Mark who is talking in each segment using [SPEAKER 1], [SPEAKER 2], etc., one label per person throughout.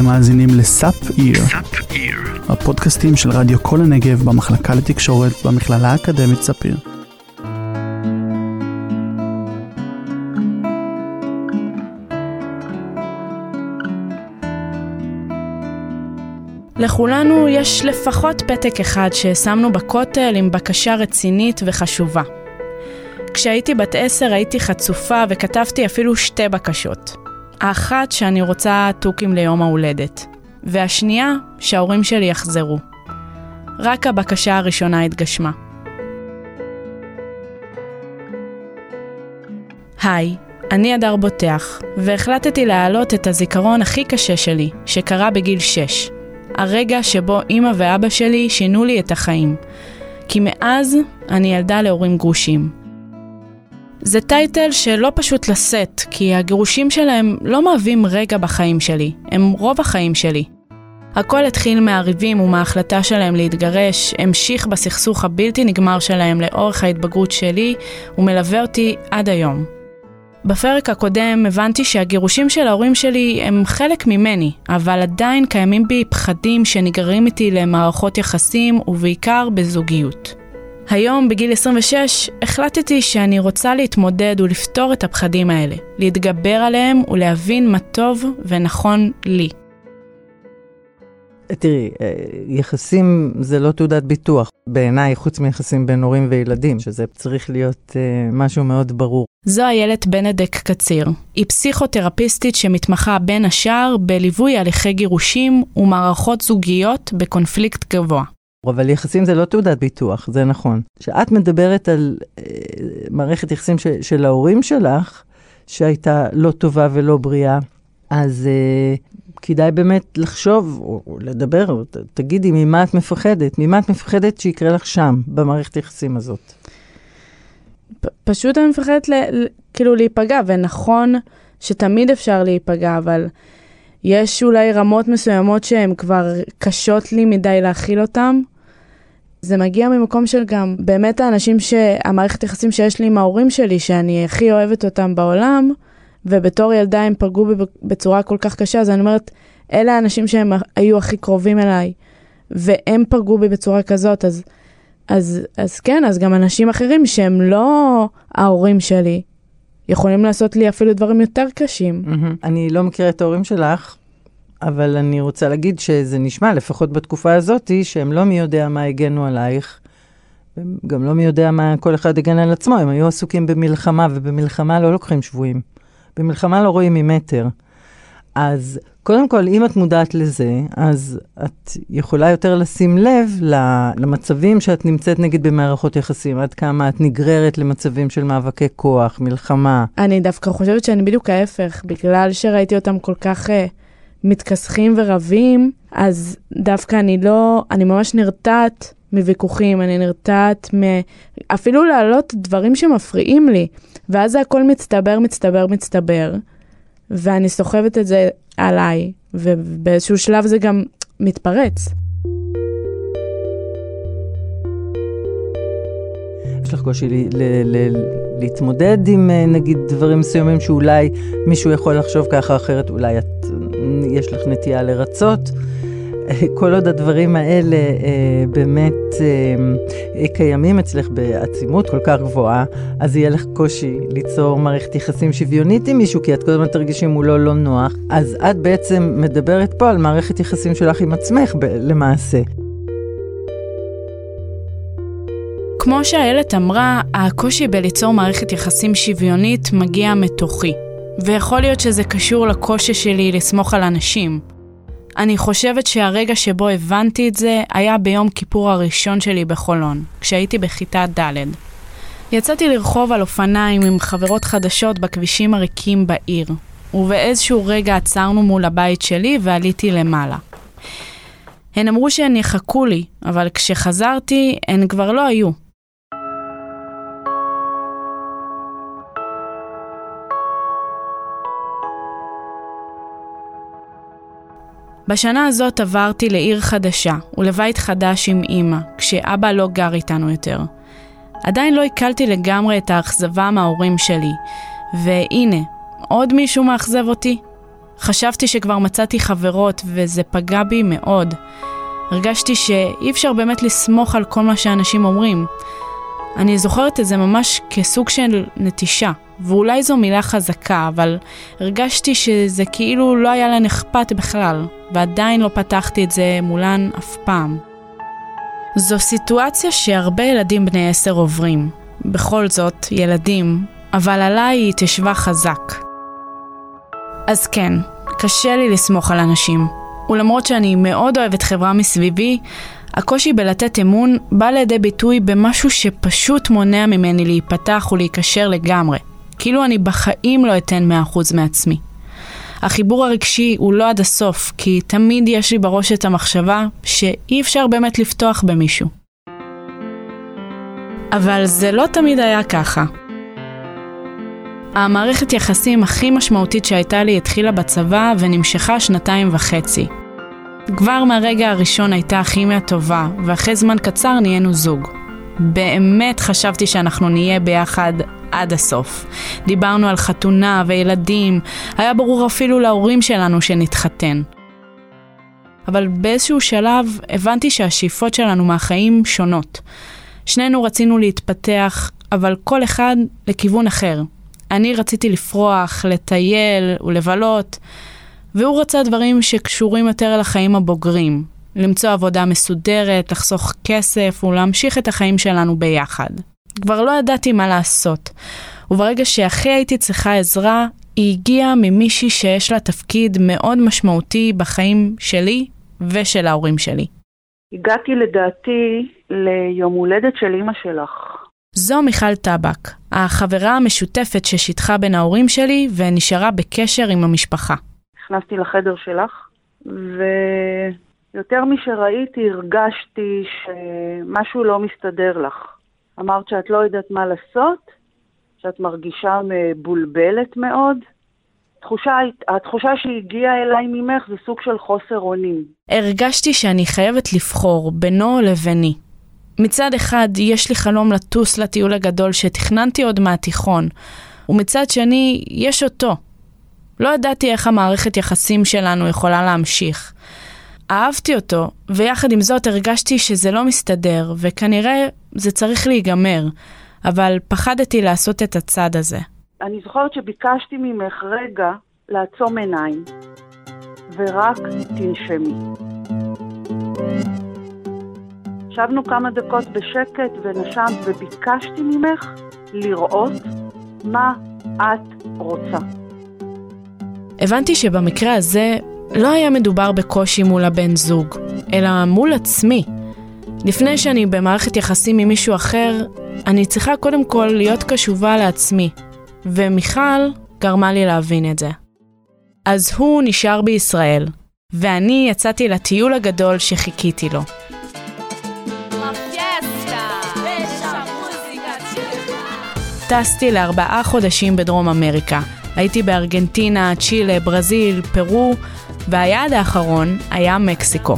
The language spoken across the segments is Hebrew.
[SPEAKER 1] אתם מאזינים לסאפ איר, הפודקאסטים של רדיו כל הנגב במחלקה לתקשורת במכללה האקדמית ספיר.
[SPEAKER 2] לכולנו יש לפחות פתק אחד ששמנו בכותל עם בקשה רצינית וחשובה. כשהייתי בת 10 הייתי חצופה וכתבתי אפילו 2 בקשות. האחת שאני רוצה תוקים ליום ההולדת, והשנייה שההורים שלי יחזרו. רק הבקשה הראשונה התגשמה. היי, אני אדר בוטח, והחלטתי להעלות את הזיכרון הכי קשה שלי, שקרה בגיל 6. הרגע שבו אמא ואבא שלי שינו לי את החיים. כי מאז אני ילדה להורים גרושים. זה טייטל שלא פשוט לשאת, כי הגירושים שלהם לא מהווים רגע בחיים שלי, הם רוב החיים שלי. הכל התחיל מהריבים ומההחלטה שלהם להתגרש, המשיך בסכסוך הבלתי נגמר שלהם לאורך ההתבגרות שלי, ומלווה אותי עד היום. בפרק הקודם הבנתי שהגירושים של ההורים שלי הם חלק ממני, אבל עדיין קיימים בי פחדים שנגררים איתי למערכות יחסים ובעיקר בזוגיות. היום, בגיל 26, החלטתי שאני רוצה להתמודד ולפתור את הפחדים האלה, להתגבר עליהם ולהבין מה טוב ונכון לי.
[SPEAKER 3] תראי, יחסים זה לא תעודת ביטוח. בעיניי, חוץ מיחסים בין הורים וילדים, שזה צריך להיות משהו מאוד ברור.
[SPEAKER 2] זו איילת בנדק קציר. היא פסיכותרפיסטית שמתמחה בין השאר בליווי הליכי גירושים ומערכות זוגיות בקונפליקט גבוה.
[SPEAKER 3] אבל יחסים זה לא תעודת ביטוח, זה נכון. כשאת מדברת על מערכת יחסים של ההורים שלך, שהייתה לא טובה ולא בריאה, אז כדאי באמת לחשוב או לדבר, תגידי ממה את מפחדת? ממה את מפחדת שיקרה לך שם, במערכת יחסים הזאת?
[SPEAKER 2] פשוט אני מפחדת כאילו להיפגע, ונכון שתמיד אפשר להיפגע, אבל יש אולי רמות מסוימות שהן כבר קשות לי מדי להכיל אותן. זה מגיע ממקום של גם באמת האנשים שהמערכת יחסים שיש לי עם ההורים שלי, שאני הכי אוהבת אותם בעולם, ובתור ילדה הם פגעו בצורה כל כך קשה, אז אני אומרת, אלה האנשים שהם היו הכי קרובים אליי, והם פגעו בי בצורה כזאת, אז כן, אז גם אנשים אחרים שהם לא ההורים שלי, יכולים לעשות לי אפילו דברים יותר קשים.
[SPEAKER 3] אני לא מכירה את ההורים שלך, אבל אני רוצה להגיד שזה נשמע, לפחות בתקופה הזאת, שהם לא מי יודע מה הגנו עלייך, גם לא מי יודע מה כל אחד הגן על עצמו, הם היו עסוקים במלחמה, ובמלחמה לא לוקחים שבויים. במלחמה לא רואים ממטר. אז קודם כל, אם את מודעת לזה, אז את יכולה יותר לשים לב למצבים שאת נמצאת נגיד במערכות יחסים, עד כמה את נגררת למצבים של מאבקי כוח, מלחמה.
[SPEAKER 2] אני דווקא חושבת שאני בדיוק ההפך, בגלל שראיתי אותם כל כך מתכסחים ורבים, אז דווקא אני ממש נרתעת מוויכוחים, אני נרתעת אפילו להעלות דברים שמפריעים לי, ואז זה הכל מצטבר, ואני סוחבת את זה עליי, ובאיזשהו שלב זה גם מתפרץ.
[SPEAKER 3] יש לך קושי להתמודד עם נגיד דברים מסוימים שאולי מישהו יכול לחשוב ככה אחרת, אולי יש לך נטייה לרצות. כל עוד הדברים האלה באמת קיימים אצלך בעצימות כל כך גבוהה, אז יהיה לך קושי ליצור מערכת יחסים שוויונית עם מישהו, כי את כל הזמן תרגישים מולו לא נוח. אז את בעצם מדברת פה על מערכת יחסים שלך עם עצמך למעשה.
[SPEAKER 2] כמו שאיילת אמרה, הקושי בליצור מערכת יחסים שוויונית מגיע מתוכי. ויכול להיות שזה קשור לקושי שלי לסמוך על אנשים. אני חושבת שהרגע שבו הבנתי את זה היה ביום כיפור הראשון שלי בחולון, כשהייתי בכיתה ד'. יצאתי לרחוב על אופניים עם חברות חדשות בכבישים הריקים בעיר, ובאיזשהו רגע עצרנו מול הבית שלי ועליתי למעלה. הן אמרו שהן יחכו לי, אבל כשחזרתי הן כבר לא היו. בשנה הזאת עברתי לעיר חדשה ולבית חדש עם אמא, כשאבא לא גר איתנו יותר. עדיין לא הקלתי לגמרי את האכזבה מההורים שלי, והנה, עוד מישהו מאכזב אותי. חשבתי שכבר מצאתי חברות וזה פגע בי מאוד. הרגשתי שאי אפשר באמת לסמוך על כל מה שאנשים אומרים. אני זוכרת את זה ממש כסוג של נטישה, ואולי זו מילה חזקה, אבל הרגשתי שזה כאילו לא היה להן אכפת בכלל, ועדיין לא פתחתי את זה מולן אף פעם. זו סיטואציה שהרבה ילדים בני 10 עוברים. בכל זאת, ילדים, אבל עליי היא תשווה חזק. אז כן, קשה לי לסמוך על אנשים. ולמרות שאני מאוד אוהבת חברה מסביבי, הקושי בלתת אמון בא לידי ביטוי במשהו שפשוט מונע ממני להיפתח ולהיקשר לגמרי. כאילו אני בחיים לא אתן 100% מעצמי. החיבור הרגשי הוא לא עד הסוף, כי תמיד יש לי בראש את המחשבה שאי אפשר באמת לפתוח במישהו. אבל זה לא תמיד היה ככה. המערכת יחסים הכי משמעותית שהייתה לי התחילה בצבא ונמשכה 2.5. כבר מהרגע הראשון הייתה כימיה טובה, ואחרי זמן קצר נהיינו זוג. באמת חשבתי שאנחנו נהיה ביחד עד הסוף. דיברנו על חתונה וילדים, היה ברור אפילו להורים שלנו שנתחתן. אבל באיזשהו שלב הבנתי שהשאיפות שלנו מהחיים שונות. שנינו רצינו להתפתח, אבל כל אחד לכיוון אחר. אני רציתי לפרוח, לטייל ולבלות, והוא רצה דברים שקשורים יותר לחיים הבוגרים. למצוא עבודה מסודרת, לחסוך כסף ולהמשיך את החיים שלנו ביחד. כבר לא ידעתי מה לעשות, וברגע שהכי הייתי צריכה עזרה, היא הגיעה ממישהי שיש לה תפקיד מאוד משמעותי בחיים שלי ושל ההורים שלי.
[SPEAKER 4] הגעתי לדעתי ליום הולדת של אמא שלך.
[SPEAKER 2] זו מיכל טבק, החברה המשותפת ששיתחה בין ההורים שלי ונשארה בקשר עם המשפחה.
[SPEAKER 4] נכנסתי לחדר שלך, ויותר משראיתי הרגשתי שמשהו לא מסתדר לך. אמרת שאת לא יודעת מה לעשות, שאת מרגישה מבולבלת מאוד. התחושה שהגיעה אליי ממך זה סוג של חוסר אונים.
[SPEAKER 2] הרגשתי שאני חייבת לבחור בינו לביני. מצד אחד יש לי חלום לטוס לטיול הגדול שתכננתי עוד מהתיכון, ומצד שני יש אותו. לא ידעתי איך המערכת יחסים שלנו יכולה להמשיך. אהבתי אותו, ויחד עם זאת הרגשתי שזה לא מסתדר, וכנראה זה צריך להיגמר, אבל פחדתי לעשות את הצד הזה.
[SPEAKER 4] אני זוכרת שביקשתי ממך רגע לעצום עיניים, ורק תנשמי. ישבנו כמה דקות בשקט ונשמת, וביקשתי ממך לראות מה את רוצה.
[SPEAKER 2] הבנתי שבמקרה הזה לא היה מדובר בקושי מול הבן זוג, אלא מול עצמי. לפני שאני במערכת יחסים עם מישהו אחר, אני צריכה קודם כל להיות קשובה לעצמי, ומיכל גרמה לי להבין את זה. אז הוא נשאר בישראל, ואני יצאתי לטיול הגדול שחיכיתי לו. טסתי ל4 חודשים בדרום אמריקה. הייתי בארגנטינה, צ'ילה, ברזיל, פרו, והיעד האחרון היה מקסיקו.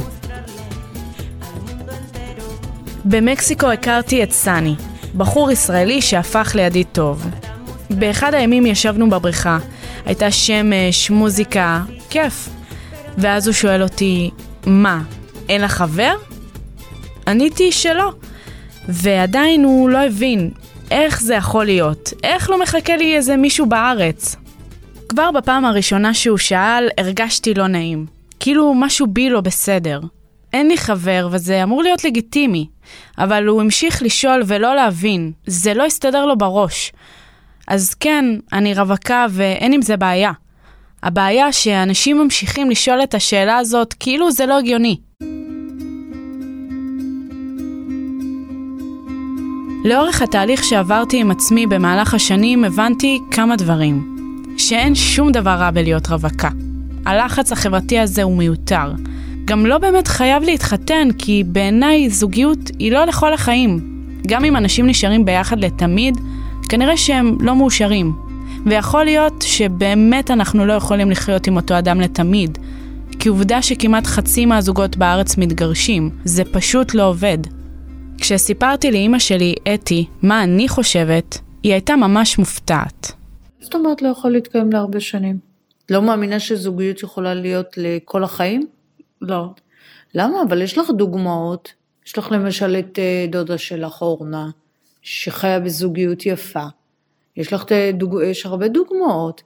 [SPEAKER 2] במקסיקו הכרתי את סני, בחור ישראלי שהפך לידי טוב. באחד הימים ישבנו בבריכה, הייתה שמש, מוזיקה, כיף. ואז הוא שואל אותי, מה, אין לך חבר? עניתי שלא. ועדיין הוא לא הבין איך זה יכול להיות, איך לא מחכה לי איזה מישהו בארץ. כבר בפעם הראשונה שהוא שאל, הרגשתי לא נעים. כאילו משהו בי לא בסדר. אין לי חבר וזה אמור להיות לגיטימי. אבל הוא המשיך לשאול ולא להבין. זה לא הסתדר לו בראש. אז כן, אני רווקה ואין עם זה בעיה. הבעיה שאנשים ממשיכים לשאול את השאלה הזאת כאילו זה לא הגיוני. לאורך התהליך שעברתי עם עצמי במהלך השנים הבנתי כמה דברים. שאין שום דבר רע בלהיות רווקה. הלחץ החברתי הזה הוא מיותר. גם לא באמת חייב להתחתן, כי בעיניי זוגיות היא לא לכל החיים. גם אם אנשים נשארים ביחד לתמיד, כנראה שהם לא מאושרים. ויכול להיות שבאמת אנחנו לא יכולים לחיות עם אותו אדם לתמיד. כי עובדה שכמעט חצי מהזוגות בארץ מתגרשים. זה פשוט לא עובד. כשסיפרתי לאמא שלי, אתי, מה אני חושבת, היא הייתה ממש מופתעת.
[SPEAKER 5] זאת אומרת לא יכול להתקיים להרבה שנים. לא מאמינה שזוגיות יכולה להיות לכל החיים?
[SPEAKER 2] לא.
[SPEAKER 5] למה? אבל יש לך דוגמאות. יש לך למשל את דודה שלך אורנה, שחיה בזוגיות יפה. יש הרבה דוגמאות.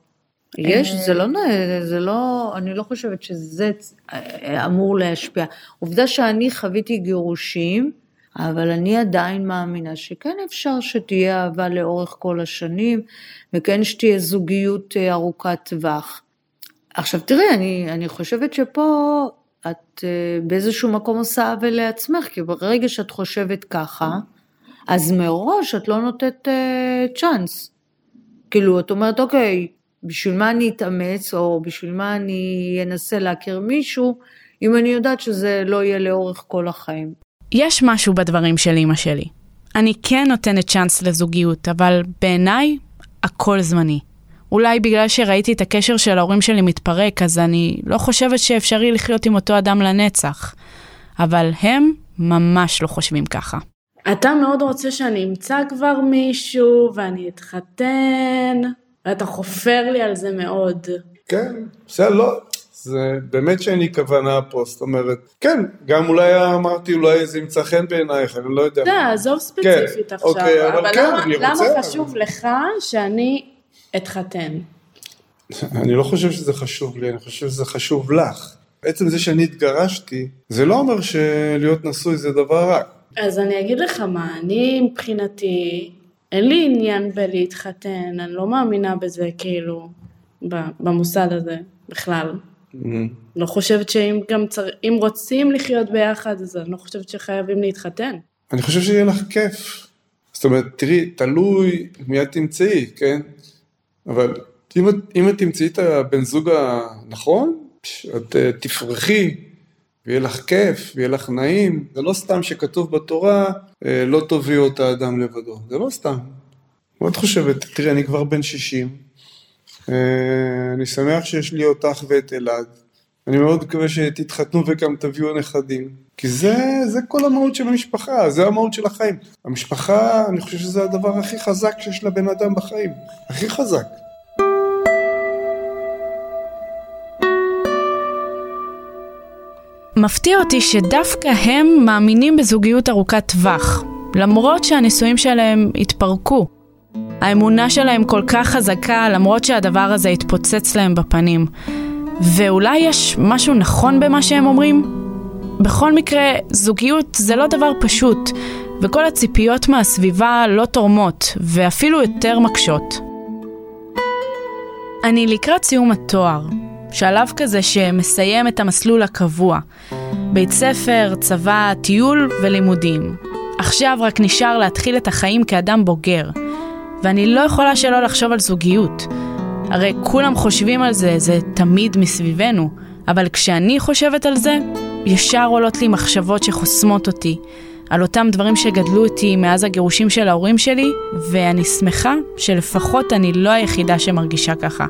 [SPEAKER 5] זה לא, אני לא חושבת שזה אמור להשפיע. עובדה שאני חוויתי גירושים, אבל אני עדיין מאמינה שכן אפשר שתהיה אהבה לאורך כל השנים, וכן שתהיה זוגיות ארוכת טווח. עכשיו תראי, אני חושבת שפה את באיזשהו מקום עושה עוול לעצמך, כי ברגע שאת חושבת ככה, אז מראש את לא נותנת צ'אנס. כאילו, את אומרת, אוקיי, בשביל מה אני אתאמץ, או בשביל מה אני אנסה להכיר מישהו, אם אני יודעת שזה לא יהיה לאורך כל החיים.
[SPEAKER 2] יש משהו בדברים של אמא שלי. אני כן נותנת צ'אנס לזוגיות, אבל בעיניי הכל זמני. אולי בגלל שראיתי את הקשר של ההורים שלי מתפרק, אז אני לא חושבת שאפשרי לחיות עם אותו אדם לנצח. אבל הם ממש לא חושבים ככה. אתה מאוד רוצה שאני אמצא כבר מישהו, ואני אתחתן, ואתה חופר לי על זה מאוד.
[SPEAKER 6] כן, בסדר, לא, זה באמת שאין לי כוונה פה, זאת אומרת, כן, גם אולי אמרתי, אולי זה ימצא חן בעינייך, אני לא יודע.
[SPEAKER 2] עזוב ספציפית עכשיו,
[SPEAKER 6] אוקיי, אבל כן, אני רוצה.
[SPEAKER 2] למה חשוב לך שאני אתחתן?
[SPEAKER 6] אני לא חושב שזה חשוב לי, אני חושב שזה חשוב לך. בעצם זה שאני התגרשתי, זה לא אומר שלהיות נשוי זה דבר רע.
[SPEAKER 2] אז אני אגיד לך מה, אני מבחינתי, אין לי עניין בלהתחתן, אני לא מאמינה בזה כאילו, במוסד הזה בכלל. לא חושבת אם רוצים לחיות ביחד, אז אני לא חושבת שחייבים להתחתן.
[SPEAKER 6] אני חושב שיהיה לך כיף. זאת אומרת, תראי, תלוי מיד תמצאי, כן? אבל אם את תמצאי את הבן זוג הנכון, את תפרחי, ויהיה לך כיף, ויהיה לך נעים. זה לא סתם שכתוב בתורה, לא תביאו את האדם לבדו. זה לא סתם. מה את חושבת? תראי, אני כבר בן 60. אני שמח שיש לי אותך ואת אלעד. אני מאוד מקווה שתתחתנו וגם תביאו נכדים. כי זה כל המהות של המשפחה, זה המהות של החיים. המשפחה, אני חושב שזה הדבר הכי חזק שיש לבן אדם בחיים. הכי חזק.
[SPEAKER 2] מפתיע אותי שדווקא הם מאמינים בזוגיות ארוכת טווח, למרות שהנישואים שלהם התפרקו. האמונה שלהם כל כך חזקה, למרות שהדבר הזה התפוצץ להם בפנים. ואולי יש משהו נכון במה שהם אומרים? בכל מקרה, זוגיות זה לא דבר פשוט, וכל הציפיות מהסביבה לא תורמות, ואפילו יותר מקשות. אני לקראת סיום התואר, שלב כזה שמסיים את המסלול הקבוע. בית ספר, צבא, טיול ולימודים. עכשיו רק נשאר להתחיל את החיים כאדם בוגר. ואני לא יכולה שלא לחשוב על זוגיות. הרי כולם חושבים על זה, זה תמיד מסביבנו. אבל כשאני חושבת על זה, ישר עולות לי מחשבות שחוסמות אותי. על אותם דברים שגדלו אותי מאז הגירושים של ההורים שלי, ואני שמחה שלפחות אני לא היחידה שמרגישה ככה.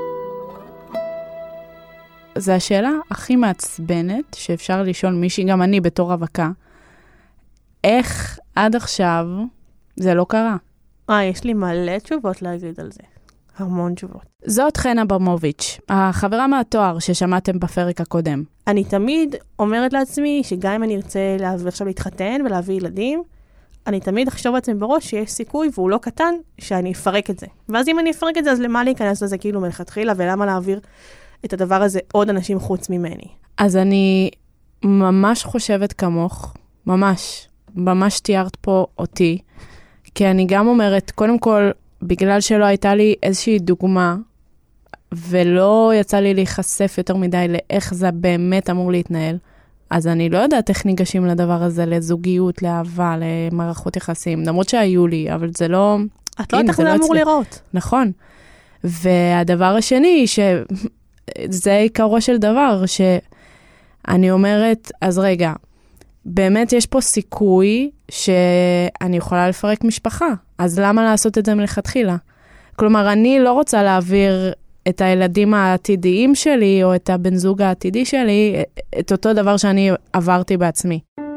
[SPEAKER 2] זו השאלה הכי מעצבנת שאפשר לשאול מישהי, גם אני בתור רווקה. איך עד עכשיו זה לא קרה?
[SPEAKER 7] יש לי מלא תשובות להגיד על זה. המון תשובות.
[SPEAKER 2] זאת חנה ברמוביץ', החברה מהתואר ששמעתם בפרק הקודם.
[SPEAKER 7] אני תמיד אומרת לעצמי שגם אם אני ארצה עכשיו להתחתן ולהביא ילדים, אני תמיד אחשוב לעצמי בראש שיש סיכוי, והוא לא קטן, שאני אפרק את זה. ואז אם אני אפרק את זה, אז למה להיכנס לזה כאילו מלכתחילה, ולמה להעביר את הדבר הזה עוד אנשים חוץ ממני?
[SPEAKER 2] אז אני ממש חושבת כמוך, ממש תיארת פה אותי, כי אני גם אומרת, קודם כל, בגלל שלא הייתה לי איזושהי דוגמה, ולא יצא לי להיחשף יותר מדי לאיך זה באמת אמור להתנהל, אז אני לא יודעת איך ניגשים לדבר הזה, לזוגיות, לאהבה, למערכות יחסים, למרות שהיו לי, אבל זה לא...
[SPEAKER 7] את לא יודעת איך זה אמור לראות.
[SPEAKER 2] נכון. והדבר השני, שזה עיקרו של דבר, שאני אומרת, אז רגע, באמת יש פה סיכוי שאני יכולה לפרק משפחה, אז למה לעשות את זה מלכתחילה? כלומר, אני לא רוצה להעביר את הילדים העתידיים שלי, או את הבן זוג העתידי שלי, את אותו דבר שאני עברתי בעצמי.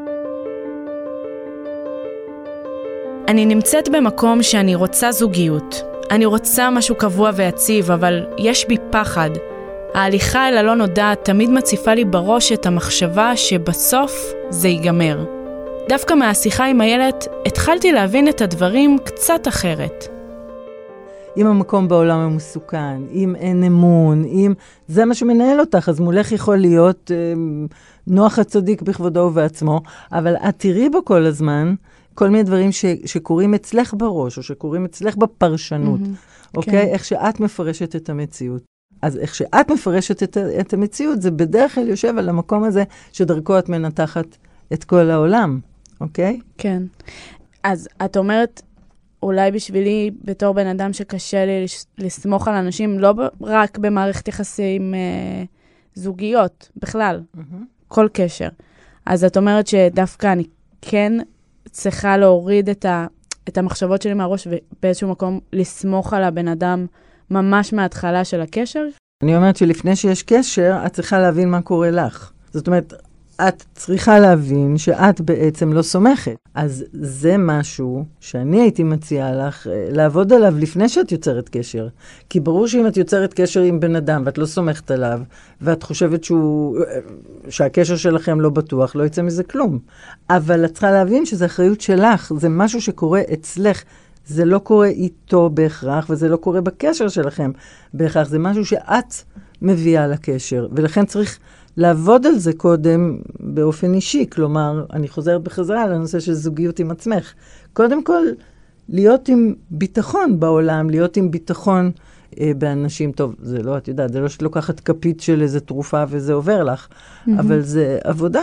[SPEAKER 2] אני נמצאת במקום שאני רוצה זוגיות. אני רוצה משהו קבוע ויציב, אבל יש בי פחד. ההליכה אל הלא נודע תמיד מציפה לי בראש את המחשבה שבסוף זה ייגמר. דווקא מהשיחה עם הילד התחלתי להבין את הדברים קצת אחרת.
[SPEAKER 3] אם המקום בעולם הוא מסוכן, אם אין אמון, אם זה מה שמנהל אותך, אז מולך יכול להיות נוח הצדיק בכבודו ובעצמו, אבל את תראי בו כל הזמן כל מיני דברים שקורים אצלך בראש, או שקורים אצלך בפרשנות, אוקיי? איך שאת מפרשת את המציאות. אז איך שאת מפרשת את המציאות, זה בדרך כלל יושב על המקום הזה שדרכו את מנתחת את כל העולם, אוקיי?
[SPEAKER 2] כן. אז את אומרת, אולי בשבילי, בתור בן אדם שקשה לי לסמוך על אנשים, לא רק במערכת יחסים זוגיות, בכלל, כל קשר. אז את אומרת שדווקא אני כן צריכה להוריד את המחשבות שלי מהראש, ובאיזשהו מקום לסמוך על הבן אדם ממש מההתחלה של הקשר?
[SPEAKER 3] אני אומרת שלפני שיש קשר, את צריכה להבין מה קורה לך. זאת אומרת, את צריכה להבין שאת בעצם לא סומכת. אז זה משהו שאני הייתי מציעה לך לעבוד עליו לפני שאת יוצרת קשר. כי ברור שאם את יוצרת קשר עם בן אדם ואת לא סומכת עליו, ואת חושבת שהקשר שלכם לא בטוח, לא יצא מזה כלום. אבל את צריכה להבין שזה אחריות שלך, זה משהו שקורה אצלך. זה לא קורה איתו בהכרח, וזה לא קורה בקשר שלכם בהכרח. זה משהו שאת מביאה לקשר, ולכן צריך לעבוד על זה קודם באופן אישי. כלומר, אני חוזרת בחזרה לנושא של זוגיות עם עצמך. קודם כל, להיות עם ביטחון בעולם, להיות עם ביטחון באנשים. טוב, זה לא, את יודעת, זה לא שלוקחת כפית של איזו תרופה וזה עובר לך, אבל זה עבודה.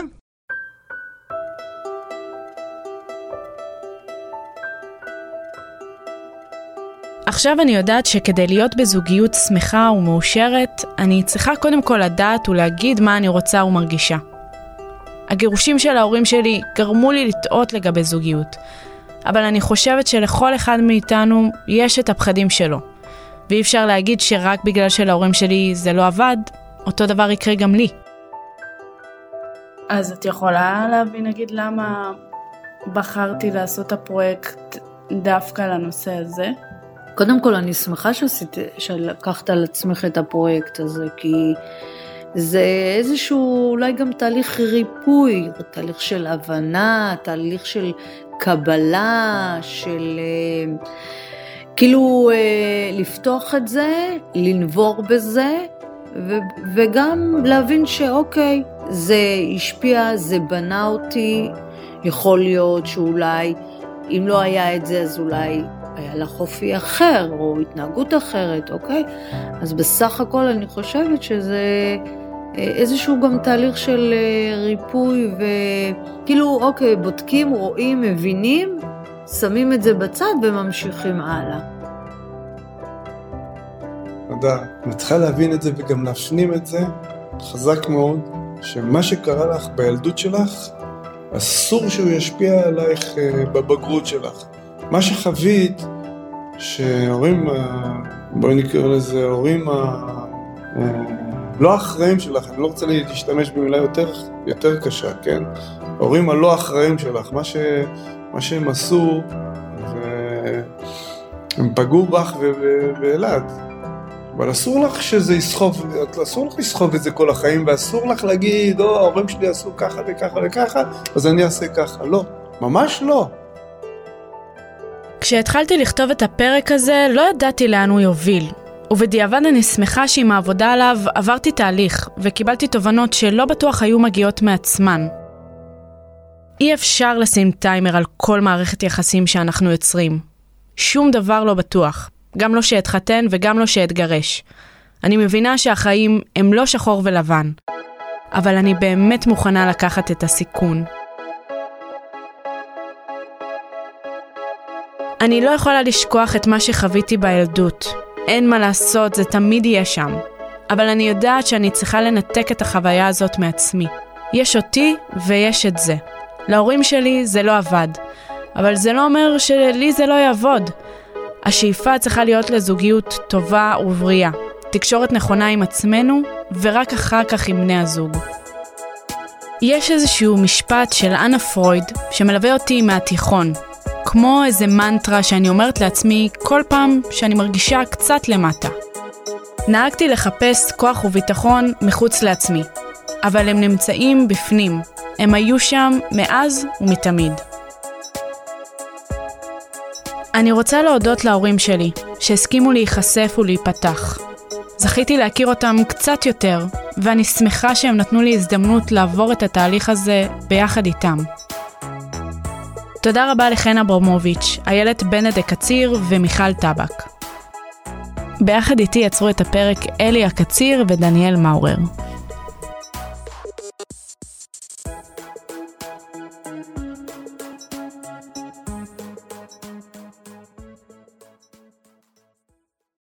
[SPEAKER 2] עכשיו אני יודעת שכדי להיות בזוגיות שמחה ומאושרת, אני צריכה קודם כל לדעת ולהגיד מה אני רוצה ומרגישה. הגירושים של ההורים שלי גרמו לי לטעות לגבי זוגיות, אבל אני חושבת שלכל אחד מאיתנו יש את הפחדים שלו. ואי אפשר להגיד שרק בגלל שלהורים שלי זה לא עבד, אותו דבר יקרה גם לי. אז את יכולה להבין, נגיד, למה בחרתי לעשות הפרויקט דווקא לנושא הזה?
[SPEAKER 5] קודם כל, אני שמחה שלקחת על עצמך את הפרויקט הזה, כי זה איזשהו אולי גם תהליך ריפוי, תהליך של הבנה, תהליך של קבלה, של כאילו לפתוח את זה, לנבור בזה, וגם להבין שאוקיי, זה השפיע, זה בנה אותי, יכול להיות שאולי אם לא היה את זה, אז אולי היה לה חופי אחר, או התנהגות אחרת, אוקיי? אז בסך הכל אני חושבת שזה איזשהו גם תהליך של ריפוי, וכאילו, אוקיי, בודקים, רואים, מבינים, שמים את זה בצד וממשיכים הלאה.
[SPEAKER 6] תודה. אני צריכה להבין את זה וגם להפנים את זה חזק מאוד, שמה שקרה לך בילדות שלך, אסור שהוא ישפיע עלייך בבגרות שלך. מה שחווית, שהורים, בואי נקרא לזה, הורים לא אחראים שלך, אני לא רוצה להשתמש במילה יותר קשה, כן? הורים הלא אחראים שלך, מה שהם עשו, הם פגעו בך ואלעד. אבל אסור לך שזה יסחוב, אסור לך לסחוב את זה כל החיים, ואסור לך להגיד, ההורים שלי עשו ככה וככה וככה, אז אני אעשה ככה. לא, ממש לא.
[SPEAKER 2] כשהתחלתי לכתוב את הפרק הזה, לא ידעתי לאן הוא יוביל. ובדיעבד אני שמחה שעם העבודה עליו עברתי תהליך, וקיבלתי תובנות שלא בטוח היו מגיעות מעצמן. אי אפשר לשים טיימר על כל מערכת יחסים שאנחנו יוצרים. שום דבר לא בטוח. גם לא שאתחתן וגם לא שאתגרש. אני מבינה שהחיים הם לא שחור ולבן, אבל אני באמת מוכנה לקחת את הסיכון. אני לא יכולה לשכוח את מה שחוויתי בילדות. אין מה לעשות, זה תמיד יהיה שם. אבל אני יודעת שאני צריכה לנתק את החוויה הזאת מעצמי. יש אותי ויש את זה. להורים שלי זה לא עבד, אבל זה לא אומר שלי זה לא יעבוד. השאיפה צריכה להיות לזוגיות טובה ובריאה, תקשורת נכונה עם עצמנו, ורק אחר כך עם בני הזוג. יש איזשהו משפט של אנה פרויד שמלווה אותי מהתיכון, כמו איזה מנטרה שאני אומרת לעצמי כל פעם שאני מרגישה קצת למטה. נהגתי לחפש כוח וביטחון מחוץ לעצמי, אבל הם נמצאים בפנים. הם היו שם מאז ומתמיד. אני רוצה להודות להורים שלי, שהסכימו להיחשף ולהיפתח. זכיתי להכיר אותם קצת יותר, ואני שמחה שהם נתנו לי הזדמנות לעבור את התהליך הזה ביחד איתם. תודה רבה לחן אברמוביץ', איילת בנדק קציר ומיכל טבק. ביחד איתי יצרו את הפרק אלי הקציר ודניאל מאורר.